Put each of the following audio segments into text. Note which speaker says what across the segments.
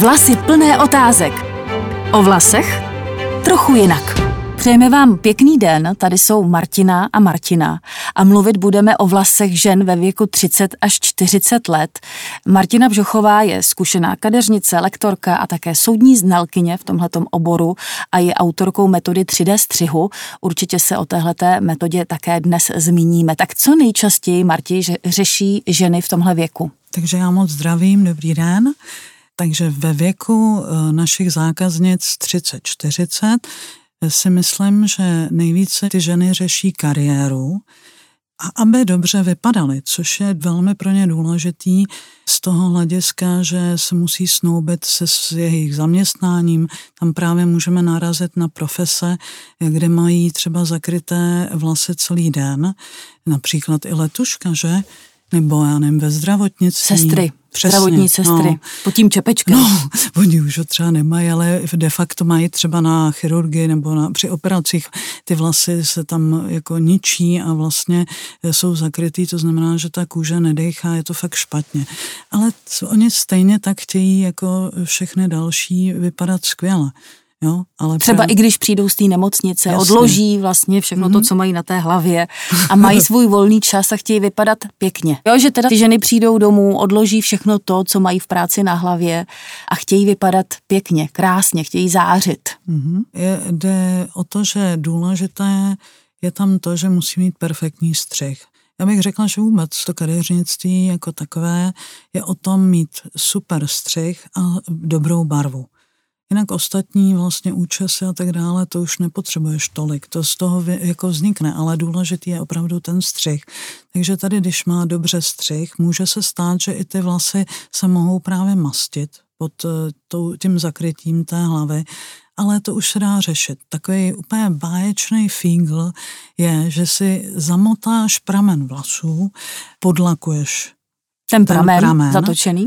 Speaker 1: Vlasy plné otázek. O vlasech trochu jinak. Přejeme vám pěkný den, tady jsou Martina a Martina a mluvit budeme o vlasech žen ve věku 30 až 40 let. Martina Bžochová je zkušená kadeřnice, lektorka a také soudní znalkyně v tomhletom oboru a je autorkou metody 3D střihu. Určitě se o téhleté metodě také dnes zmíníme. Tak co nejčastěji, Marti, řeší ženy v tomhle věku?
Speaker 2: Takže já moc zdravím, dobrý den. Takže ve věku našich zákaznic 30-40 si myslím, že nejvíce ty ženy řeší kariéru a aby dobře vypadaly, což je velmi pro ně důležitý z toho hlediska, že se musí snoubit se s jejich zaměstnáním. Tam právě můžeme narazit na profese, kde mají třeba zakryté vlasy celý den, například i letuška, že? Nebo já nevím, ve zdravotnictví.
Speaker 1: Sestry.
Speaker 2: Přesně,
Speaker 1: zdravotní sestry,
Speaker 2: no.
Speaker 1: Pod tím čepečkem.
Speaker 2: No, oni už ho třeba nemají, ale de facto mají třeba na chirurgii nebo při operacích ty vlasy se tam jako ničí a vlastně jsou zakrytý, to znamená, že ta kůže nedejchá, je to fakt špatně. Ale oni stejně tak chtějí jako všechny další vypadat skvěle. Jo, ale
Speaker 1: třeba i když přijdou z té nemocnice,
Speaker 2: jasně.
Speaker 1: Odloží vlastně všechno to, co mají na té hlavě a mají svůj volný čas a chtějí vypadat pěkně. Jo, že teda ty ženy přijdou domů, odloží všechno to, co mají v práci na hlavě a chtějí vypadat pěkně, krásně, chtějí zářit.
Speaker 2: Jde o to, že důležité je tam to, že musí mít perfektní střih. Já bych řekla, že vůbec to kadeřnictví jako takové je o tom mít super střih a dobrou barvu. Jinak ostatní vlastně účesy a tak dále, to už nepotřebuješ tolik, to z toho jako vznikne, ale důležitý je opravdu ten střih. Takže tady, když má dobře střih, může se stát, že i ty vlasy se mohou právě mastit pod tím zakrytím té hlavy, ale to už se dá řešit. Takový úplně báječný fígl je, že si zamotáš pramen vlasů, podlakuješ
Speaker 1: ten pramen zatočený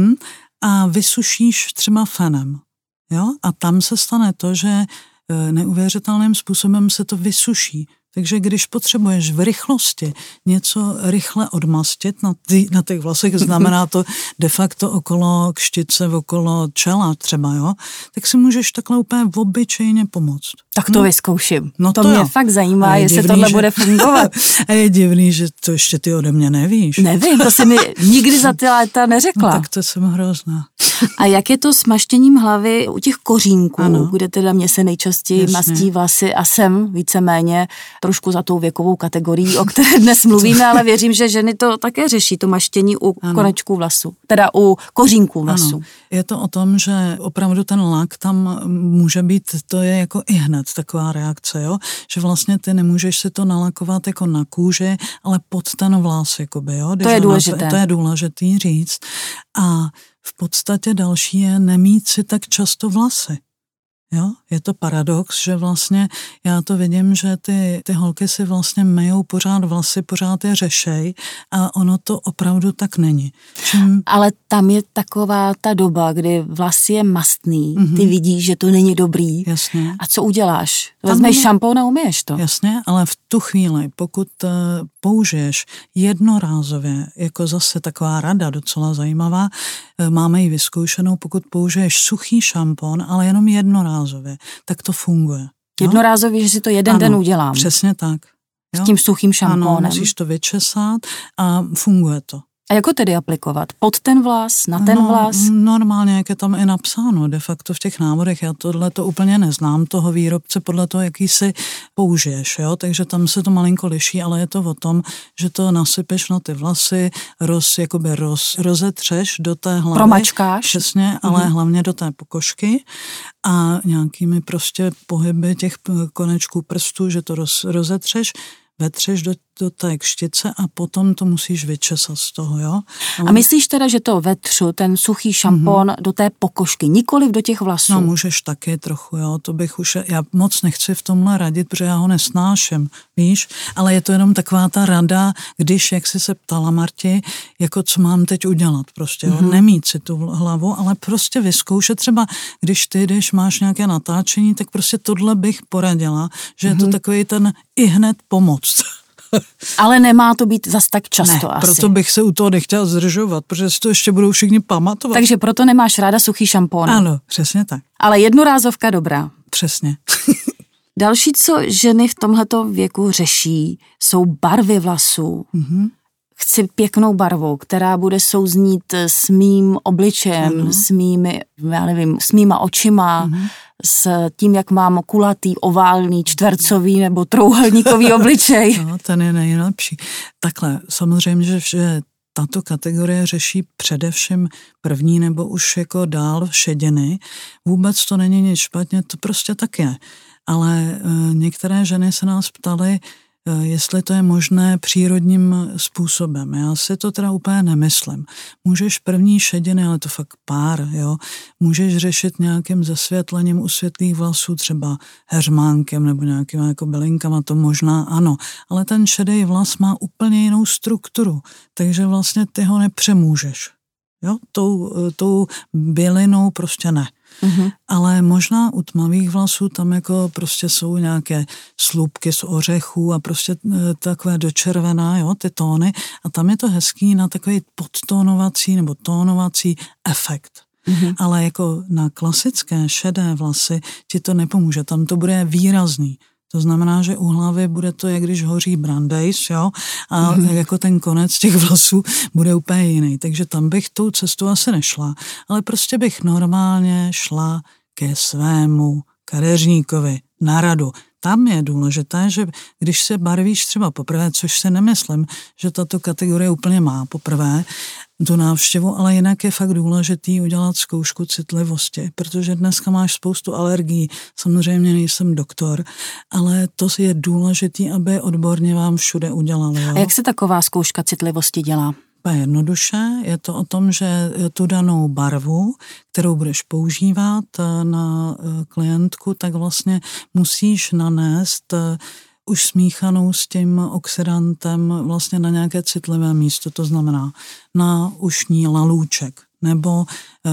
Speaker 2: a vysušíš třeba fenem. Jo? A tam se stane to, že neuvěřitelným způsobem se to vysuší. Takže když potřebuješ v rychlosti něco rychle odmastit na těch vlasech, znamená to de facto okolo kštice, okolo čela třeba, jo, tak si můžeš takhle úplně obyčejně pomoct.
Speaker 1: Tak to vyzkouším.
Speaker 2: No
Speaker 1: to mě fakt zajímá, jestli tohle bude fungovat.
Speaker 2: A je divný, že to ještě ty ode mě nevíš.
Speaker 1: Nevím, to jsi mi nikdy za ty léta neřekla.
Speaker 2: No, tak to jsem hrozná.
Speaker 1: A jak je to s maštěním hlavy u těch kořínků,
Speaker 2: ano.
Speaker 1: Kde teda mě se nejčastěji mastí vlasy a jsem víceméně trošku za tou věkovou kategorií, o které dnes mluvíme, ale věřím, že ženy to také řeší, to maštění u konečků vlasu, teda u kořínků vlasu.
Speaker 2: Ano. Je to o tom, že opravdu ten lak tam může být, to je jako i hned taková reakce, jo? Že vlastně ty nemůžeš si to nalakovat jako na kůži, ale pod ten vlas, jakoby, jo?
Speaker 1: To je důležité.
Speaker 2: To je důležitý říct. A v podstatě další je nemít si tak často vlasy. Jo? Je to paradox, že vlastně já to vidím, že ty holky si vlastně myjou pořád vlasy, pořád je řešej a ono to opravdu tak není.
Speaker 1: Ale tam je taková ta doba, kdy vlas je mastný, ty vidíš, že to není dobrý.
Speaker 2: Jasně.
Speaker 1: A co uděláš? Vezmeš šampón a umyješ to.
Speaker 2: Jasně, ale v tu chvíli, pokud použiješ jednorázově, jako zase taková rada docela zajímavá, máme ji vyzkoušenou, pokud použiješ suchý šampón, ale jenom jednorázově, tak to funguje.
Speaker 1: Jednorázově, že si to jeden den udělám.
Speaker 2: Přesně tak. Jo?
Speaker 1: S tím suchým šampónem.
Speaker 2: Ano, musíš to vyčesat a funguje to.
Speaker 1: A jak ho tedy aplikovat? Pod ten vlas, na ten vlas?
Speaker 2: Normálně, jak je tam i napsáno, de facto v těch návodech. Já tohle to úplně neznám, toho výrobce, podle toho, jaký si použiješ, jo? Takže tam se to malinko liší, ale je to o tom, že to nasypeš na ty vlasy, rozetřeš do té hlavy.
Speaker 1: Promačkáš.
Speaker 2: Přesně, ale hlavně do té pokožky a nějakými prostě pohyby těch konečků prstů, že to rozetřeš, vetřeš do té kštice a potom to musíš vyčesat z toho, jo?
Speaker 1: A myslíš teda, že to vetřu, ten suchý šampón do té pokožky, nikoliv do těch vlasů?
Speaker 2: No můžeš taky trochu, jo, to bych už, já moc nechci v tomhle radit, protože já ho nesnáším, víš, ale je to jenom taková ta rada, když, jak jsi se ptala, Marti, jako co mám teď udělat prostě, jo? Nemít si tu hlavu, ale prostě vyzkoušet třeba, když máš nějaké natáčení, tak prostě tohle bych poradila, že je to takový ten i hned pomoct.
Speaker 1: Ale nemá to být zas tak často
Speaker 2: ne,
Speaker 1: asi.
Speaker 2: Proto bych se u toho nechtěla zdržovat, protože si to ještě budou všichni pamatovat.
Speaker 1: Takže proto nemáš ráda suchý šampón.
Speaker 2: Ano, přesně tak.
Speaker 1: Ale jednorázovka dobrá.
Speaker 2: Přesně.
Speaker 1: Další, co ženy v tomhleto věku řeší, jsou barvy vlasů.
Speaker 2: Mm-hmm.
Speaker 1: Chci pěknou barvu, která bude souznít s mým obličejem, s mými, já nevím, s mýma očima, s tím, jak mám kulatý, oválný, čtvercový nebo trouhelníkový obličej.
Speaker 2: No, ten je nejlepší. Takhle, samozřejmě, že tato kategorie řeší především první nebo už jako dál šediny. Vůbec to není nic špatně, to prostě tak je. Ale některé ženy se nás ptaly, jestli to je možné přírodním způsobem. Já si to teda úplně nemyslím. Můžeš první šediny, ale to fakt pár, jo. Můžeš řešit nějakým zasvětlením u světlých vlasů, třeba heřmánkem nebo nějakýma jako bylinkama, to možná ano. Ale ten šedý vlas má úplně jinou strukturu, takže vlastně ty ho nepřemůžeš. Jo, tou bylinou prostě ne. Mm-hmm. Ale možná u tmavých vlasů tam jako prostě jsou nějaké slupky z ořechů a prostě takové dočervená, jo, ty tóny a tam je to hezký na takový podtónovací nebo tónovací efekt. Mm-hmm. Ale jako na klasické šedé vlasy ti to nepomůže, tam to bude výrazný. To znamená, že u hlavy bude to, jak když hoří brandejs, jo, a jako ten konec těch vlasů bude úplně jiný. Takže tam bych tou cestou asi nešla, ale prostě bych normálně šla ke svému kadeřníkovi na radu. Tam je důležité, že když se barvíš třeba poprvé, což se nemyslím, že tato kategorie úplně má poprvé tu návštěvu, ale jinak je fakt důležitý udělat zkoušku citlivosti, protože dneska máš spoustu alergií, samozřejmě nejsem doktor, ale to je důležitý, aby odborně vám všude udělali. Jo?
Speaker 1: A jak se taková zkouška citlivosti dělá?
Speaker 2: Jednoduše, je to o tom, že tu danou barvu, kterou budeš používat na klientku, tak vlastně musíš nanést už smíchanou s tím oxidantem vlastně na nějaké citlivé místo, to znamená na ušní lalůček nebo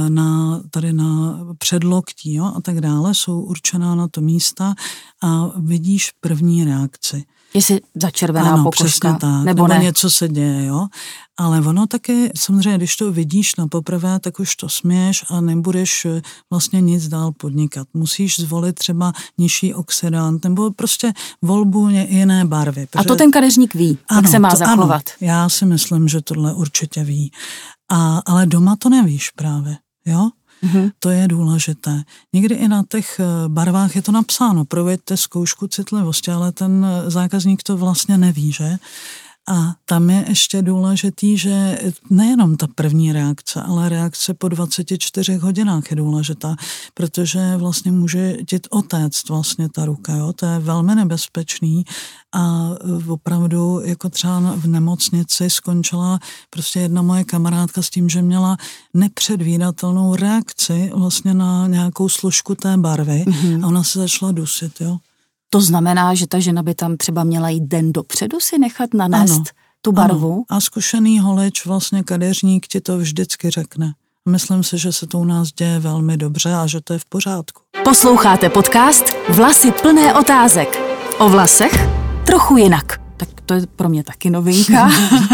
Speaker 2: tady na předloktí, jo, a tak dále, jsou určená na to místa a vidíš první reakci.
Speaker 1: Jestli začervená
Speaker 2: ano,
Speaker 1: pokožka,
Speaker 2: tak,
Speaker 1: nebo ne.
Speaker 2: něco se děje, jo. Ale ono taky, samozřejmě, když to vidíš na poprvé, tak už to směješ a nebudeš vlastně nic dál podnikat. Musíš zvolit třeba nižší oxidant nebo prostě volbu jiné barvy.
Speaker 1: A to ten kadeřník ví, jak se má zachovat.
Speaker 2: Ano, já si myslím, že tohle určitě ví. Ale doma to nevíš právě, jo. Mm-hmm. To je důležité. Někdy i na těch barvách je to napsáno, proveďte zkoušku citlivosti, ale ten zákazník to vlastně neví, že? A tam je ještě důležitý, že nejenom ta první reakce, ale reakce po 24 hodinách je důležitá, protože vlastně může ti otéct vlastně ta ruka, jo? To je velmi nebezpečný a opravdu jako třeba v nemocnici skončila prostě jedna moje kamarádka s tím, že měla nepředvídatelnou reakci vlastně na nějakou složku té barvy a ona se začala dusit, jo.
Speaker 1: To znamená, že ta žena by tam třeba měla jít den dopředu si nechat nanést tu barvu?
Speaker 2: Ano. A zkušený holič, vlastně kadeřník ti to vždycky řekne. Myslím si, že se to u nás děje velmi dobře a že to je v pořádku.
Speaker 1: Posloucháte podcast Vlasy plné otázek. O vlasech trochu jinak. Tak to je pro mě taky novinka,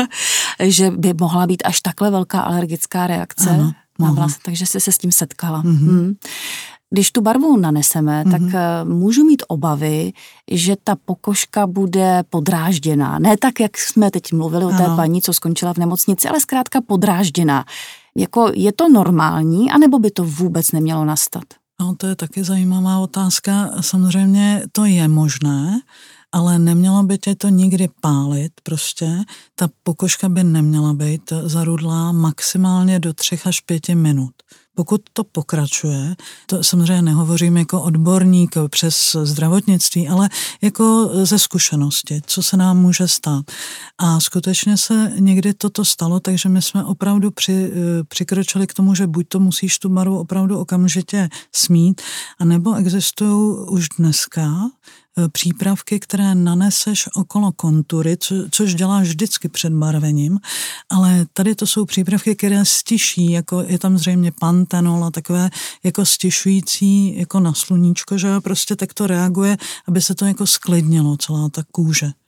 Speaker 1: že by mohla být až takhle velká alergická reakce na vlasy, takže jsi se s tím setkala. Mm-hmm. Když tu barvu naneseme, tak můžu mít obavy, že ta pokožka bude podrážděná. Ne tak, jak jsme teď mluvili o té paní, co skončila v nemocnici, ale zkrátka podrážděná. Jako je to normální, anebo by to vůbec nemělo nastat?
Speaker 2: No, to je taky zajímavá otázka. Samozřejmě to je možné, ale nemělo by tě to nikdy pálit prostě. Ta pokožka by neměla být zarudlá maximálně do 3 až 5 minut. Pokud to pokračuje, to samozřejmě nehovořím jako odborník přes zdravotnictví, ale jako ze zkušenosti, co se nám může stát. A skutečně se někdy toto stalo, takže my jsme opravdu přikročili k tomu, že buď to musíš tu barvu opravdu okamžitě smít, anebo existují už dneska přípravky, které naneseš okolo kontury, což děláš vždycky před barvením, ale tady to jsou přípravky, které stiší, jako je tam zřejmě pantenol a takové jako stišující jako na sluníčko, že prostě tak to reaguje, aby se to jako sklidnilo, celá ta kůže.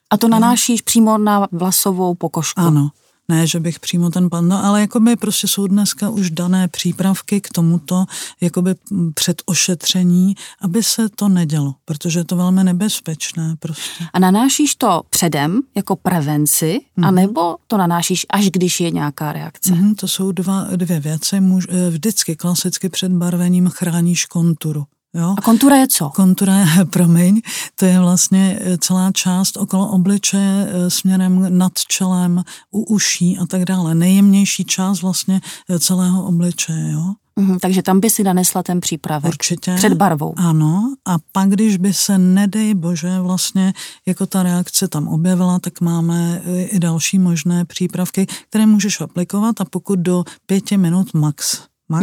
Speaker 1: A to nanášíš přímo na vlasovou pokožku?
Speaker 2: Ano. Ne, že bych přímo ten panda, ale jakoby prostě jsou dneska už dané přípravky k tomuto jakoby před ošetření, aby se to nedělo, protože je to velmi nebezpečné prostě.
Speaker 1: A nanášíš to předem jako prevenci, anebo to nanášíš až když je nějaká reakce?
Speaker 2: To jsou dvě věci. Vždycky klasicky před barvením chráníš konturu. Jo?
Speaker 1: A kontura je co?
Speaker 2: Kontura je, to je vlastně celá část okolo obličeje směrem nad čelem, u uší a tak dále. Nejjemnější část vlastně celého obličeje, jo?
Speaker 1: Takže tam by si nanesla ten přípravek.
Speaker 2: Určitě.
Speaker 1: Před barvou.
Speaker 2: Ano, a pak, když by se, nedej bože, vlastně jako ta reakce tam objevila, tak máme i další možné přípravky, které můžeš aplikovat a pokud do 5 minut max,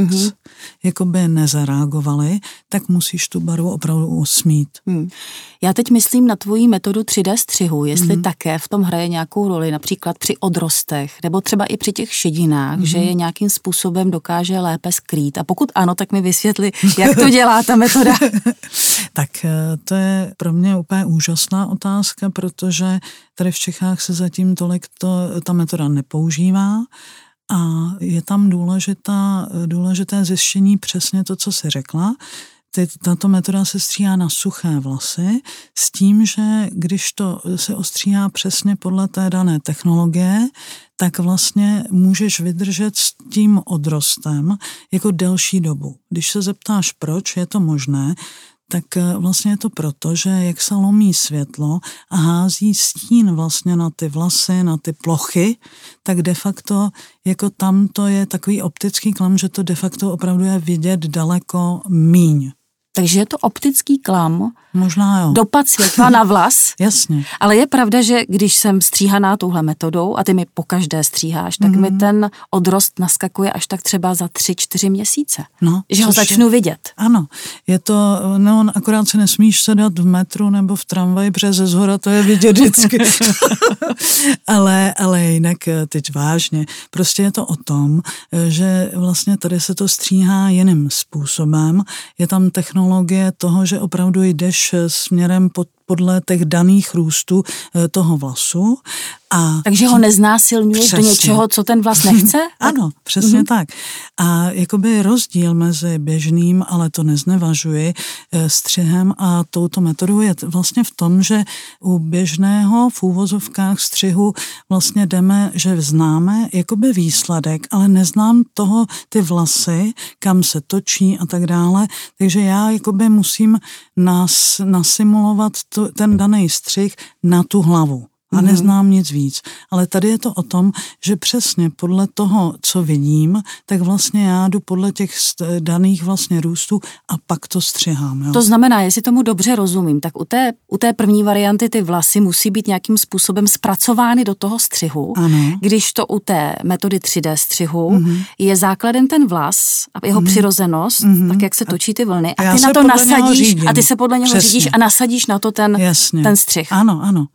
Speaker 2: jakoby nezareagovali, tak musíš tu barvu opravdu smít.
Speaker 1: Já teď myslím na tvoji metodu 3D střihu, jestli také v tom hraje nějakou roli, například při odrostech, nebo třeba i při těch šedinách, že je nějakým způsobem dokáže lépe skrýt. A pokud ano, tak mi vysvětli, jak to dělá ta metoda.
Speaker 2: Tak to je pro mě úplně úžasná otázka, protože tady v Čechách se zatím tolik ta metoda nepoužívá. A je tam důležité zjištění přesně to, co jsi řekla. Tato metoda se stříhá na suché vlasy s tím, že když to se ostříhá přesně podle té dané technologie, tak vlastně můžeš vydržet s tím odrostem jako delší dobu. Když se zeptáš, proč je to možné, tak vlastně je to proto, že jak se lomí světlo a hází stín vlastně na ty vlasy, na ty plochy, tak de facto jako tam to je takový optický klam, že to de facto opravdu je vidět daleko míň.
Speaker 1: Takže je to optický klam,
Speaker 2: možná jo.
Speaker 1: Dopad světla na vlas.
Speaker 2: Jasně.
Speaker 1: Ale je pravda, že když jsem stříhaná touhle metodou a ty mi pokaždé stříháš, tak mi ten odrost naskakuje až tak třeba za 3-4 měsíce.
Speaker 2: No,
Speaker 1: že ho začnu vidět.
Speaker 2: Ano, je to, akorát se nesmíš sedat v metru nebo v tramvaji, protože ze zhora to je vidět vždycky. ale jinak teď vážně. Prostě je to o tom, že vlastně tady se to stříhá jiným způsobem. Je tam technologie toho, že opravdu jdeš směrem podle těch daných růstů toho vlasu.
Speaker 1: Takže ho neznásilňuješ do něčeho, co ten vlas nechce?
Speaker 2: Ano, přesně tak. A jakoby rozdíl mezi běžným, ale to neznevažuji, střihem a touto metodou je vlastně v tom, že u běžného v úvozovkách střihu vlastně jdeme, že známe jakoby výsledek, ale neznám ty vlasy, kam se točí a tak dále, takže já jakoby musím nasimulovat ten daný střih na tu hlavu. A neznám nic víc. Ale tady je to o tom, že přesně podle toho, co vidím, tak vlastně já jdu podle těch daných vlastně růstů a pak to střihám. Jo?
Speaker 1: To znamená, jestli tomu dobře rozumím, tak u té první varianty ty vlasy musí být nějakým způsobem zpracovány do toho střihu,
Speaker 2: ano.
Speaker 1: Když to u té metody 3D střihu je základem ten vlas a jeho přirozenost, tak jak se točí ty vlny a ty na to nasadíš a ty se podle něho řídíš a nasadíš na to ten střih.
Speaker 2: Ano.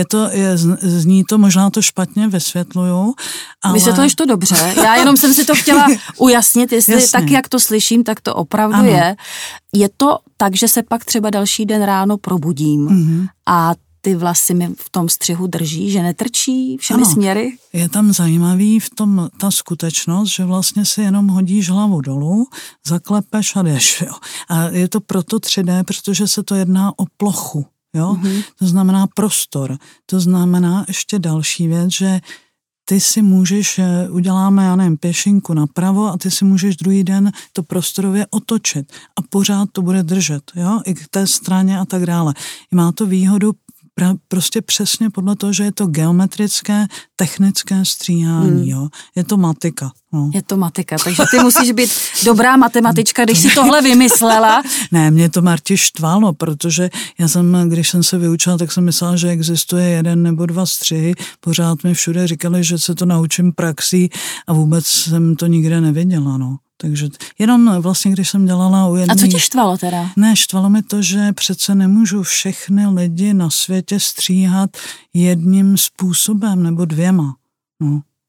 Speaker 2: Zní to, možná to špatně vysvětluju, ale...
Speaker 1: Vysvětluješ to dobře, já jenom jsem si to chtěla ujasnit, jestli tak, jak to slyším, tak to opravdu je. Je to tak, že se pak třeba další den ráno probudím a ty vlasy mi v tom střihu drží, že netrčí všemi směry?
Speaker 2: Je tam zajímavý v tom ta skutečnost, že vlastně si jenom hodíš hlavu dolů, zaklepeš a jdeš. Jo. A je to proto 3D, protože se to jedná o plochu. Jo? To znamená prostor. To znamená ještě další věc, že ty si můžeš, uděláme, já nevím, pěšinku napravo a ty si můžeš druhý den to prostorově otočit a pořád to bude držet, jo? I k té straně a tak dále. Má to výhodu prostě přesně podle toho, že je to geometrické, technické stříhání, jo. Je to matika. No.
Speaker 1: Je to matika, takže ty musíš být dobrá matematička, když si tohle vymyslela.
Speaker 2: Ne, mě to Marti štvalo, protože když jsem se vyučila, tak jsem myslela, že existuje 1 nebo 2 střihy. Pořád mi všude říkali, že se to naučím praxí a vůbec jsem to nikde neviděla, no. Takže jenom vlastně, když jsem dělala u jedné...
Speaker 1: A co tě štvalo teda?
Speaker 2: Ne, štvalo mi to, že přece nemůžu všechny lidi na světě stříhat jedním způsobem nebo 2. No.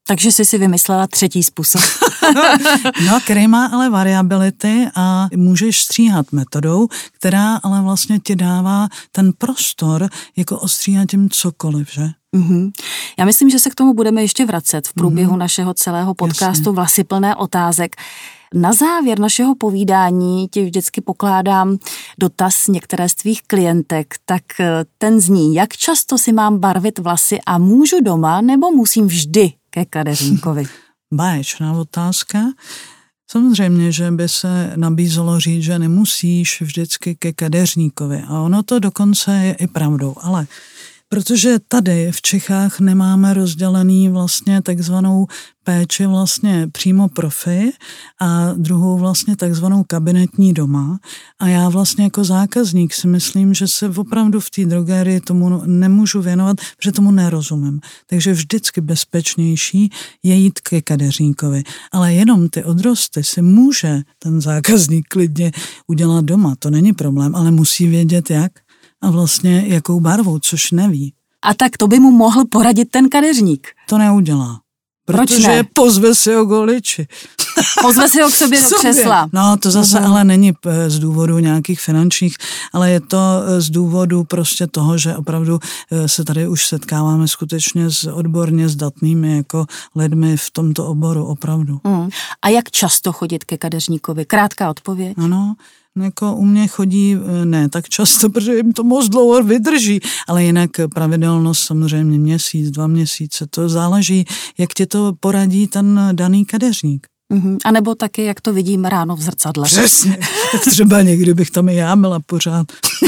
Speaker 1: Takže jsi si vymyslela třetí způsob.
Speaker 2: No, který má ale variability a můžeš stříhat metodou, která ale vlastně ti dává ten prostor jako ostříhat tím cokoliv, že?
Speaker 1: Mm-hmm. Já myslím, že se k tomu budeme ještě vracet v průběhu našeho celého podcastu Vlasy plné otázek. Na závěr našeho povídání ti vždycky pokládám dotaz některé z tvých klientek, tak ten zní, jak často si mám barvit vlasy a můžu doma, nebo musím vždy ke kadeřníkovi?
Speaker 2: Báječná otázka. Samozřejmě, že by se nabízelo říct, že nemusíš vždycky ke kadeřníkovi. A ono to dokonce je i pravdou, ale protože tady v Čechách nemáme rozdělený vlastně takzvanou péči vlastně přímo profi a druhou vlastně takzvanou kabinetní doma. A já vlastně jako zákazník si myslím, že se opravdu v té drogerii tomu nemůžu věnovat, protože tomu nerozumím. Takže vždycky bezpečnější je jít ke kadeřníkovi. Ale jenom ty odrosty si může ten zákazník klidně udělat doma. To není problém, ale musí vědět jak. A vlastně jakou barvou, což neví.
Speaker 1: A tak to by mu mohl poradit ten kadeřník.
Speaker 2: To neudělá. Protože pozve si ho k holiči.
Speaker 1: Pozve si ho k sobě do křesla.
Speaker 2: No, to zase ale není z důvodu nějakých finančních, ale je to z důvodu prostě toho, že opravdu se tady už setkáváme skutečně s odborně zdatnými jako lidmi v tomto oboru, opravdu.
Speaker 1: A jak často chodit ke kadeřníkovi? Krátká odpověď.
Speaker 2: Ano. Jako u mě chodí ne tak často, protože jim to moc dlouho vydrží, ale jinak pravidelnost samozřejmě měsíc, 2 měsíce, to záleží, jak ti to poradí ten daný kadeřník.
Speaker 1: A nebo taky, jak to vidím ráno v zrcadle.
Speaker 2: Přesně, tak třeba někdy bych tam i já byla pořád.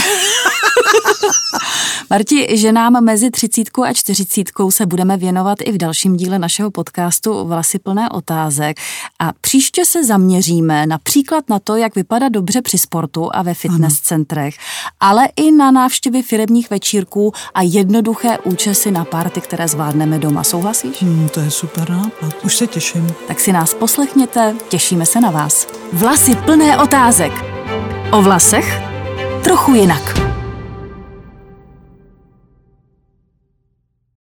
Speaker 1: Marti, ženám mezi 30 a 40 se budeme věnovat i v dalším díle našeho podcastu Vlasy plné otázek a příště se zaměříme například na to, jak vypadat dobře při sportu a ve fitness centrech, ale i na návštěvy firemních večírků a jednoduché účesy na party, které zvládneme doma. Souhlasíš?
Speaker 2: To je super nápad, už se těším.
Speaker 1: Tak si nás poslechněte, těšíme se na vás. Vlasy plné otázek. O vlasech trochu jinak.